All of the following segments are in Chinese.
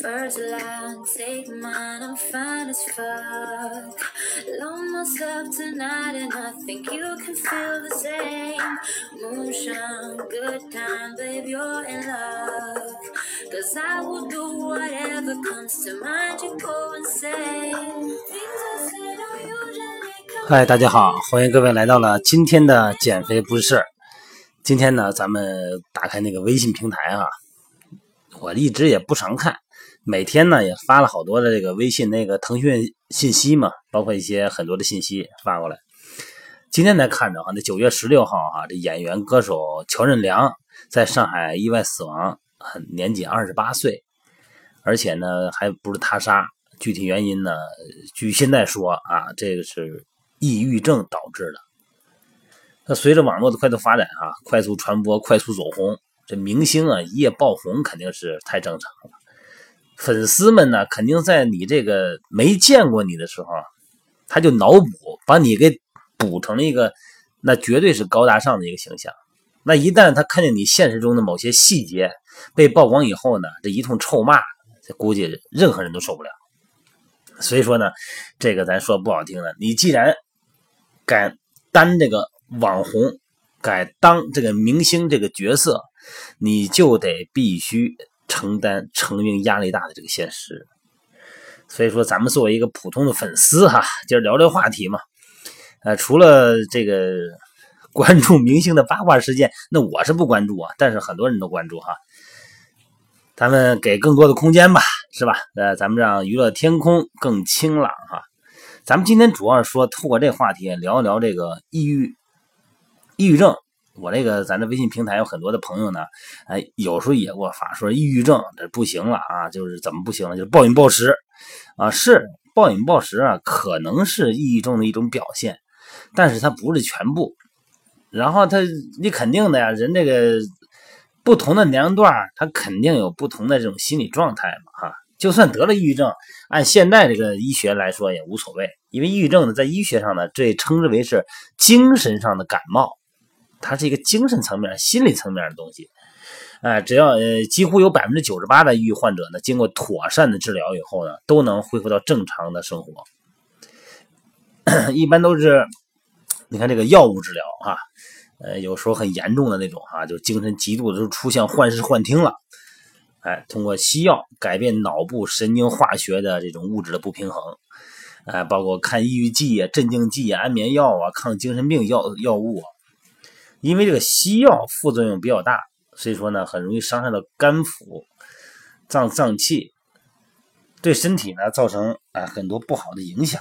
first line, take mine, I'm fine as fuck. Love myself tonight and I think you can feel the same. Moonshine, good time, babe, you're in luck. Cause I will do whatever comes to mind, you go and say things I say don't usually come. 嗨，大家好，欢迎各位来到了今天的减肥不是事儿。今天呢，咱们打开那个微信平台啊，我一直也不常看，每天呢也发了好多的这个微信那个腾讯信息嘛，包括一些很多的信息发过来。今天才看着那9月16号这演员歌手乔任梁在上海意外死亡，年仅28岁，而且呢还不是他杀，具体原因呢，据现在说这个是抑郁症导致的。那随着网络的快速发展快速传播，快速走红，这明星一夜爆红肯定是太正常了。粉丝们呢，肯定在你这个没见过你的时候，他就脑补，把你给补成了一个那绝对是高大上的一个形象。那一旦他看见你现实中的某些细节被曝光以后呢，这一通臭骂，估计任何人都受不了。所以说呢，这个咱说不好听的，你既然敢担这个网红，敢当这个明星这个角色，你就得必须承担成名压力大的这个现实。所以说咱们作为一个普通的粉丝今儿聊聊话题嘛。除了这个关注明星的八卦事件，那我是不关注但是很多人都关注咱们给更多的空间吧，是吧？咱们让娱乐天空更清朗咱们今天主要是说透过这个话题聊一聊这个抑郁症。我这个咱的微信平台有很多的朋友呢，有时候也给我发说抑郁症这不行了就是怎么不行了，就是暴饮暴食是暴饮暴食可能是抑郁症的一种表现，但是它不是全部。然后你肯定的人这个不同的年龄段他肯定有不同的这种心理状态嘛就算得了抑郁症，按现在这个医学来说也无所谓，因为抑郁症呢在医学上呢这称之为是精神上的感冒，它是一个精神层面心理层面的东西。只要几乎有 98% 的抑郁患者呢经过妥善的治疗以后呢都能恢复到正常的生活。一般都是你看这个药物治疗有时候很严重的那种就精神极度的就出现幻视幻听了，通过西药改变脑部神经化学的这种物质的不平衡，包括看抑郁剂镇静剂安眠药抗精神病药物因为这个西药副作用比较大，所以说呢很容易伤害到肝腑脏器，对身体呢造成很多不好的影响。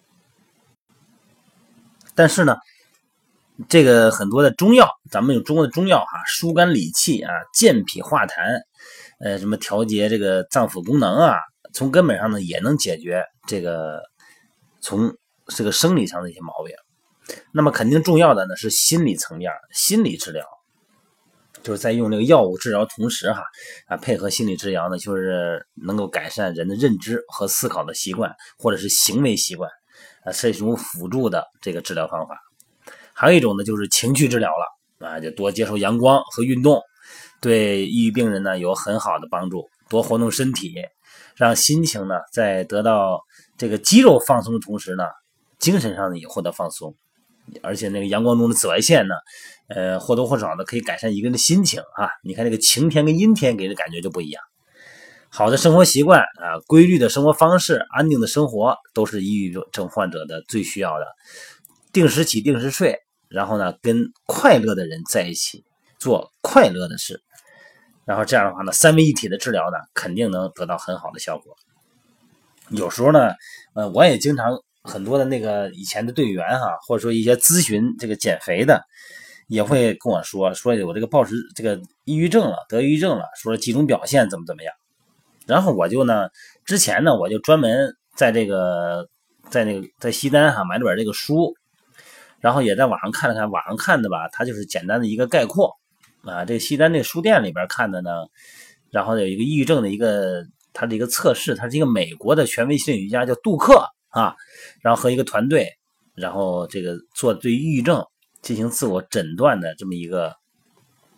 但是呢这个很多的中药，咱们有中国的中药疏肝理气健脾化痰，什么调节这个脏腑功能从根本上呢也能解决这个从这个生理上的一些毛病。那么肯定重要的呢是心理层面心理治疗，就是在用这个药物治疗同时配合心理治疗呢，就是能够改善人的认知和思考的习惯或者是行为习惯是一种辅助的这个治疗方法。还有一种呢就是情绪治疗了就多接受阳光和运动，对抑郁病人呢有很好的帮助，多活动身体，让心情呢在得到这个肌肉放松的同时呢精神上呢也获得放松。而且那个阳光中的紫外线呢或多或少的可以改善一个人的心情你看这个晴天跟阴天给人感觉就不一样。好的生活习惯规律的生活方式，安定的生活都是抑郁症患者的最需要的。定时起定时睡，然后呢跟快乐的人在一起做快乐的事，然后这样的话呢三位一体的治疗呢肯定能得到很好的效果。有时候呢我也经常很多的那个以前的队员或者说一些咨询这个减肥的也会跟我说有这个暴食这个抑郁症了，得抑郁症了，说几种表现怎么样。然后我就呢之前呢我就专门在西单买了本这个书，然后也在网上看了看，网上看的吧它就是简单的一个概括这个西单那个书店里边看的呢，然后有一个抑郁症的它的一个测试，它是一个美国的权威心理学家叫杜克然后和一个团队，然后这个做对抑郁症进行自我诊断的这么一个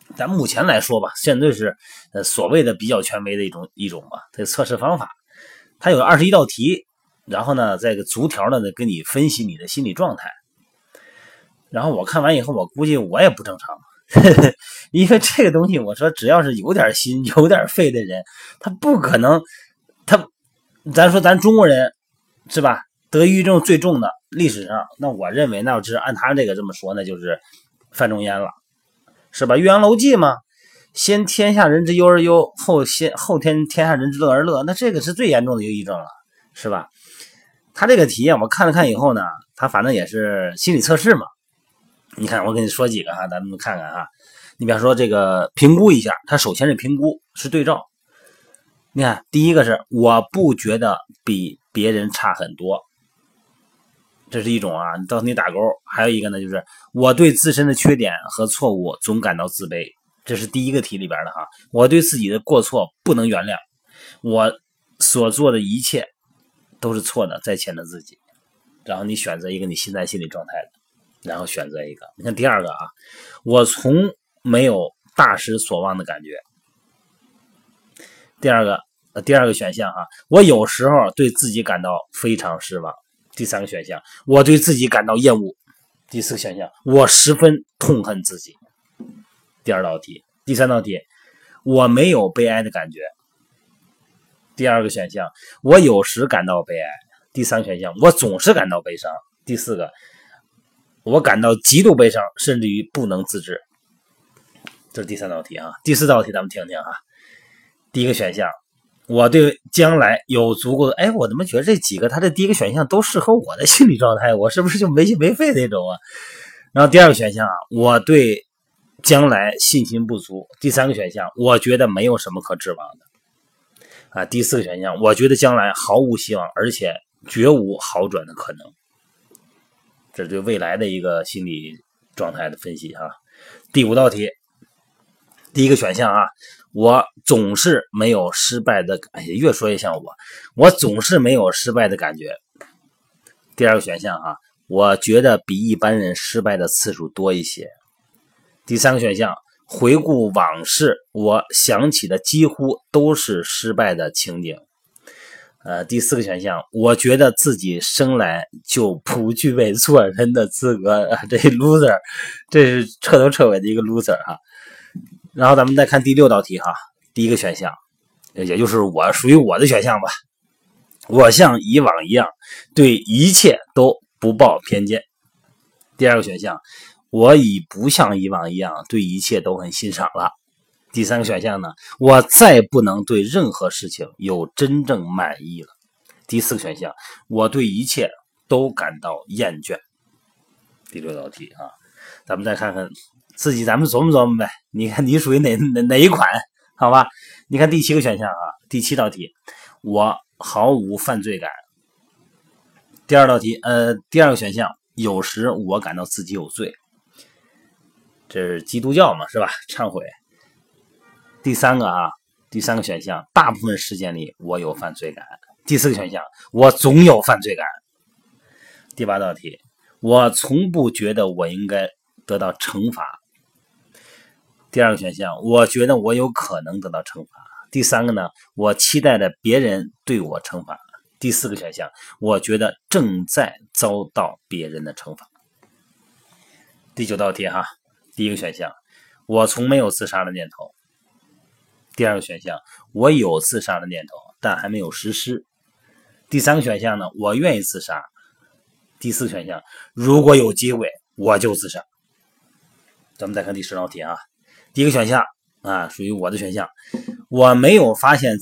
咱目前来说吧，现在是所谓的比较权威的一种吧，这个测试方法，它有21道题，然后呢，这个逐条的跟你分析你的心理状态。然后我看完以后，我估计我也不正常，因为这个东西，我说只要是有点心、有点肺的人，他不可能，咱说咱中国人是吧？得抑郁症最重的历史上，那我认为那要是按他这个这么说，那就是范仲淹了，是吧？《岳阳楼记》嘛，先天下人之忧而忧，后天下人之乐而乐，那这个是最严重的忧郁症了，是吧？他这个题啊，我看了看以后呢，他反正也是心理测试嘛。你看，我给你说几个哈，咱们看看哈。你比方说这个评估一下，他首先是评估，是对照。你看，第一个是我不觉得比别人差很多，这是一种啊，到你打勾。还有一个呢，就是我对自身的缺点和错误总感到自卑，这是第一个题里边的哈。我对自己的过错不能原谅，我所做的一切都是错的，在谴责自己。然后你选择一个你现在心理状态的。然后选择一个，你看第二个啊，我从没有大失所望的感觉。第二个选项啊，我有时候对自己感到非常失望。第三个选项，我对自己感到厌恶。第四个选项，我十分痛恨自己。第二道题，第三道题，我没有悲哀的感觉。第二个选项，我有时感到悲哀。第三个选项，我总是感到悲伤。第四个，我感到极度悲伤，甚至于不能自制。这是第三道题啊。第四道题咱们听听啊。第一个选项，我对将来有足够的，我怎么觉得这几个他这第一个选项都适合我的心理状态，我是不是就没心没肺那种啊？然后第二个选项啊，我对将来信心不足。第三个选项，我觉得没有什么可指望的。第四个选项，我觉得将来毫无希望，而且绝无好转的可能。这是对未来的一个心理状态的分析哈。第五道题，第一个选项啊，我总是没有失败的，越说越像我总是没有失败的感觉。第二个选项啊，我觉得比一般人失败的次数多一些。第三个选项，回顾往事，我想起的几乎都是失败的情景。第四个选项，我觉得自己生来就不具备做人的资格，这 loser， 这是彻头彻尾的一个 loser 哈。然后咱们再看第六道题哈，第一个选项，也就是属于我的选项吧。我像以往一样，对一切都不抱偏见。第二个选项，我已不像以往一样，对一切都很欣赏了。第三个选项呢，我再不能对任何事情有真正满意了。第四个选项，我对一切都感到厌倦。第六道题啊，咱们再看看自己，咱们琢磨琢磨呗。你看你属于哪一款？好吧？你看第七个选项啊，第七道题，我毫无犯罪感。第二道题，第二个选项，有时我感到自己有罪。这是基督教嘛，是吧？忏悔。第三个选项，大部分时间里我有犯罪感。第四个选项，我总有犯罪感。第八道题，我从不觉得我应该得到惩罚。第二个选项，我觉得我有可能得到惩罚。第三个呢，我期待着别人对我惩罚。第四个选项，我觉得正在遭到别人的惩罚。第九道题哈，第一个选项，我从没有自杀的念头。第二个选项，我有自杀的念头，但还没有实施。第三个选项呢，我愿意自杀。第四个选项，如果有机会，我就自杀。咱们再看第10道题啊，第一个选项啊，属于我的选项，我没有发现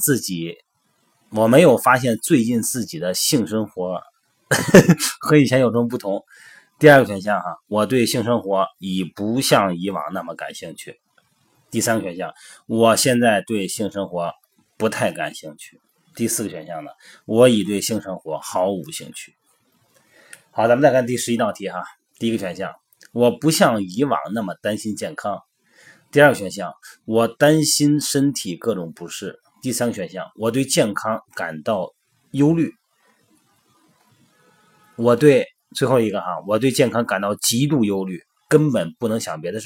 最近自己的性生活和以前有什么不同。第二个选项我对性生活已不像以往那么感兴趣。第三个选项，我现在对性生活不太感兴趣。第四个选项呢，我已对性生活毫无兴趣。好，咱们再看第11道题哈。第一个选项，我不像以往那么担心健康。第二个选项，我担心身体各种不适。第三个选项，我对健康感到忧虑。最后一个我对健康感到极度忧虑，根本不能想别的事儿。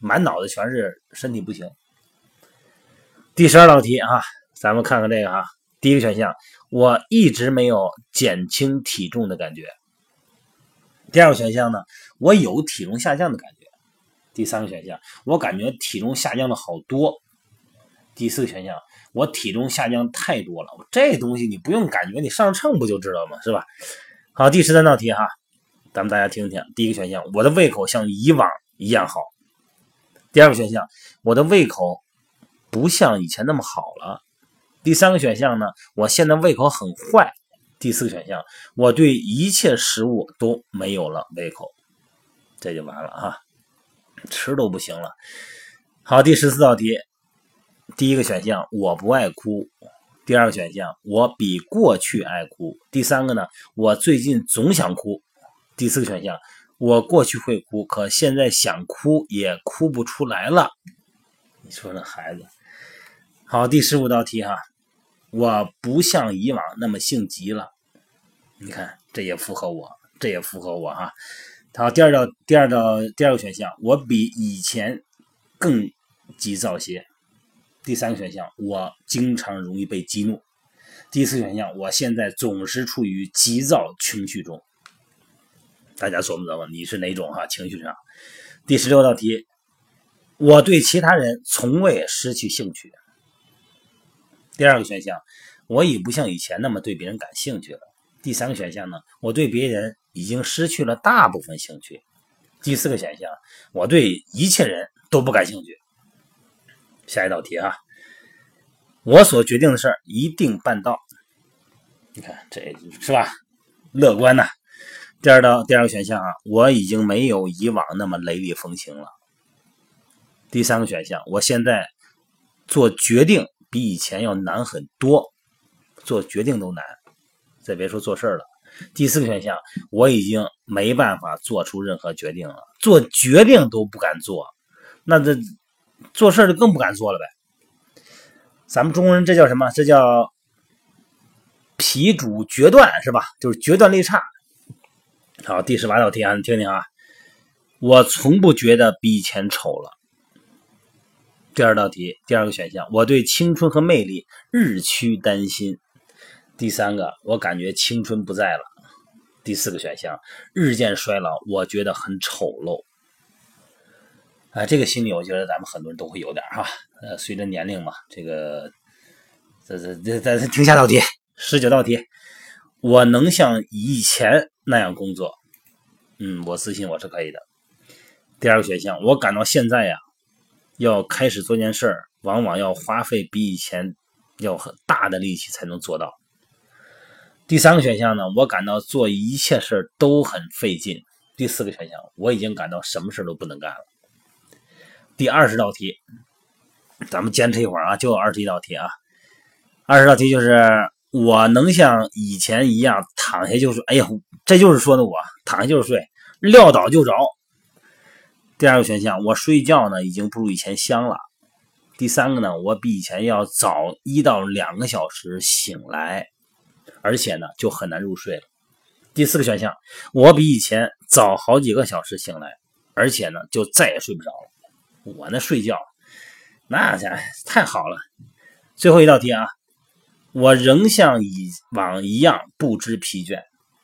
满脑子全是身体不行。第12道题啊，咱们看看这个啊。第一个选项，我一直没有减轻体重的感觉。第二个选项呢，我有体重下降的感觉。第三个选项，我感觉体重下降了好多。第四个选项，我体重下降太多了。这东西你不用感觉，你上秤不就知道吗？是吧？好，第13道题哈，咱们大家听听。第一个选项，我的胃口像以往一样好。第二个选项，我的胃口不像以前那么好了。第三个选项呢，我现在胃口很坏。第四个选项，我对一切食物都没有了胃口。这就完了哈，吃都不行了。好，第14道题，第一个选项，我不爱哭。第二个选项，我比过去爱哭。第三个呢，我最近总想哭。第四个选项，我过去会哭，可现在想哭也哭不出来了。你说那孩子。好，第15道题哈，我不像以往那么性急了。你看，这也符合我哈。好，第二个选项，我比以前更急躁些。第三个选项，我经常容易被激怒。第四个选项，我现在总是处于急躁情绪中。大家琢磨琢磨，你是哪种哈？情绪上。第16道题，我对其他人从未失去兴趣。第二个选项，我已不像以前那么对别人感兴趣了。第三个选项呢，我对别人已经失去了大部分兴趣。第四个选项，我对一切人都不感兴趣。下一道题啊，我所决定的事儿一定办到。你看这是吧？乐观呐。第二个选项啊，我已经没有以往那么雷厉风行了。第三个选项，我现在做决定比以前要难很多，做决定都难，再别说做事了。第四个选项，我已经没办法做出任何决定了，做决定都不敢做，那这做事就更不敢做了呗。咱们中国人这叫什么？这叫脾主决断，是吧？就是决断力差。好，第18道题啊，你听听啊，我从不觉得比以前丑了。第二道题，第二个选项，我对青春和魅力日趋担心。第三个，我感觉青春不在了。第四个选项，日渐衰老，我觉得很丑陋。这个心理我觉得咱们很多人都会有点哈。随着年龄嘛，这个再听下道题，19道题，我能像以前那样工作。我自信我是可以的。第二个选项，我感到现在呀，要开始做件事儿，往往要花费比以前要很大的力气才能做到。第三个选项呢，我感到做一切事都很费劲。第四个选项，我已经感到什么事都不能干了。第20道题，咱们坚持一会儿啊，就有21道题啊。20道题就是我能像以前一样躺下就睡，哎呀，这就是说的我躺下就是睡，撂倒就着。第二个选项，我睡觉呢已经不如以前香了。第三个呢，我比以前要早1到2个小时醒来，而且呢就很难入睡了。第四个选项，我比以前早好几个小时醒来，而且呢就再也睡不着了。我那睡觉那太好了。最后一道题啊，我仍像以往一样不知疲倦。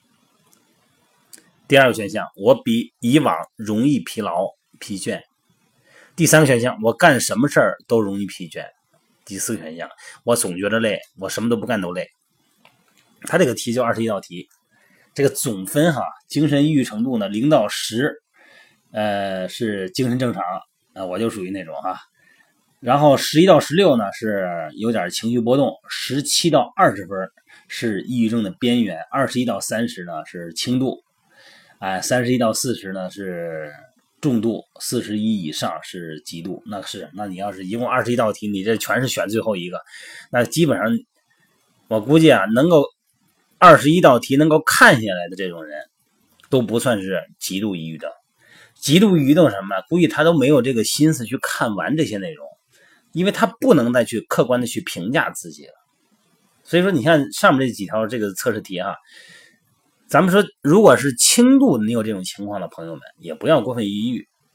第二个选项，我比以往容易疲倦。第三个选项，我干什么事儿都容易疲倦。第四个选项，我总觉得累，我什么都不干都累。他这个题就21道题，这个总分哈，精神抑郁程度呢0到10，是精神正常，我就属于那种哈。然后11到16呢是有点情绪波动，17到20分是抑郁症的边缘，21到30呢是轻度，31到40呢是重度，41以上是极度。那你要是一共21道题，你这全是选最后一个，那基本上我估计啊，能够21道题能够看下来的这种人都不算是极度抑郁症。极度抑郁症什么，估计他都没有这个心思去看完这些内容，因为他不能再去客观的去评价自己了。所以说你看上面这几条这个测试题啊，咱们说如果是轻度的你有这种情况的朋友们，也不要过分抑郁，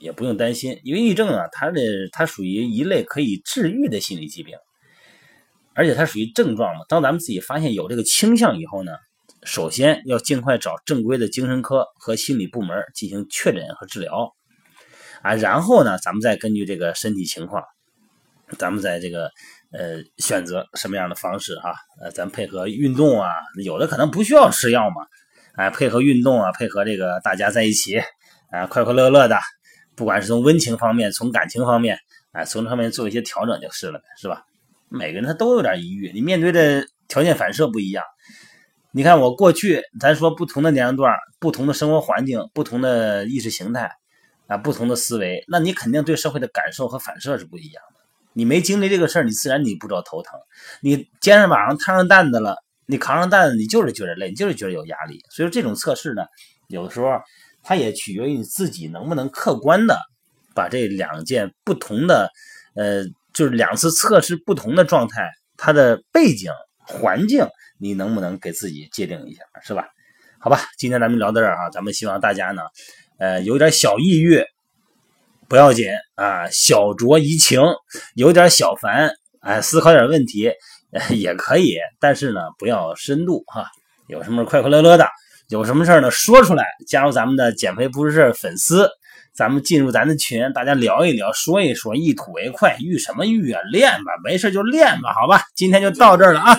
也不用担心，因为抑郁症啊，它属于一类可以治愈的心理疾病，而且它属于症状嘛。当咱们自己发现有这个倾向以后呢，首先要尽快找正规的精神科和心理部门进行确诊和治疗啊，然后呢，咱们再根据这个身体情况，咱们在这个选择什么样的方式哈，咱配合运动啊，有的可能不需要吃药嘛，配合运动啊，配合这个大家在一起啊，快快乐乐的，不管是从温情方面，从感情方面，从这方面做一些调整就是了，是吧？每个人他都有点抑郁，你面对的条件反射不一样。你看我过去，咱说不同的年龄段，不同的生活环境，不同的意识形态啊，不同的思维，那你肯定对社会的感受和反射是不一样的。你没经历这个事儿，你自然你不知道头疼。你肩上马上摊上担子了，你扛上担子，你就是觉得累，你就是觉得有压力。所以说这种测试呢，有的时候它也取决于你自己能不能客观的把这两件不同的就是两次测试不同的状态，它的背景环境你能不能给自己界定一下，是吧？好吧，今天咱们聊到这儿啊，咱们希望大家呢有点小抑郁不要紧啊，小酌怡情，有点小烦思考点问题也可以，但是呢不要深度哈。有什么快快乐乐的，有什么事呢说出来，加入咱们的减肥不是事粉丝，咱们进入咱的群，大家聊一聊，说一说，一吐为快，郁什么郁啊，练吧，没事就练吧，好吧，今天就到这儿了啊。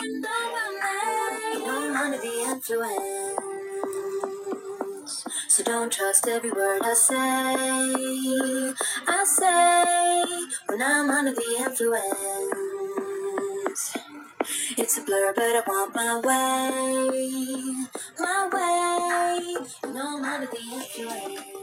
So don't trust every word I say when I'm under the influence. It's a blur, but I want my way, you know I'm under the influence.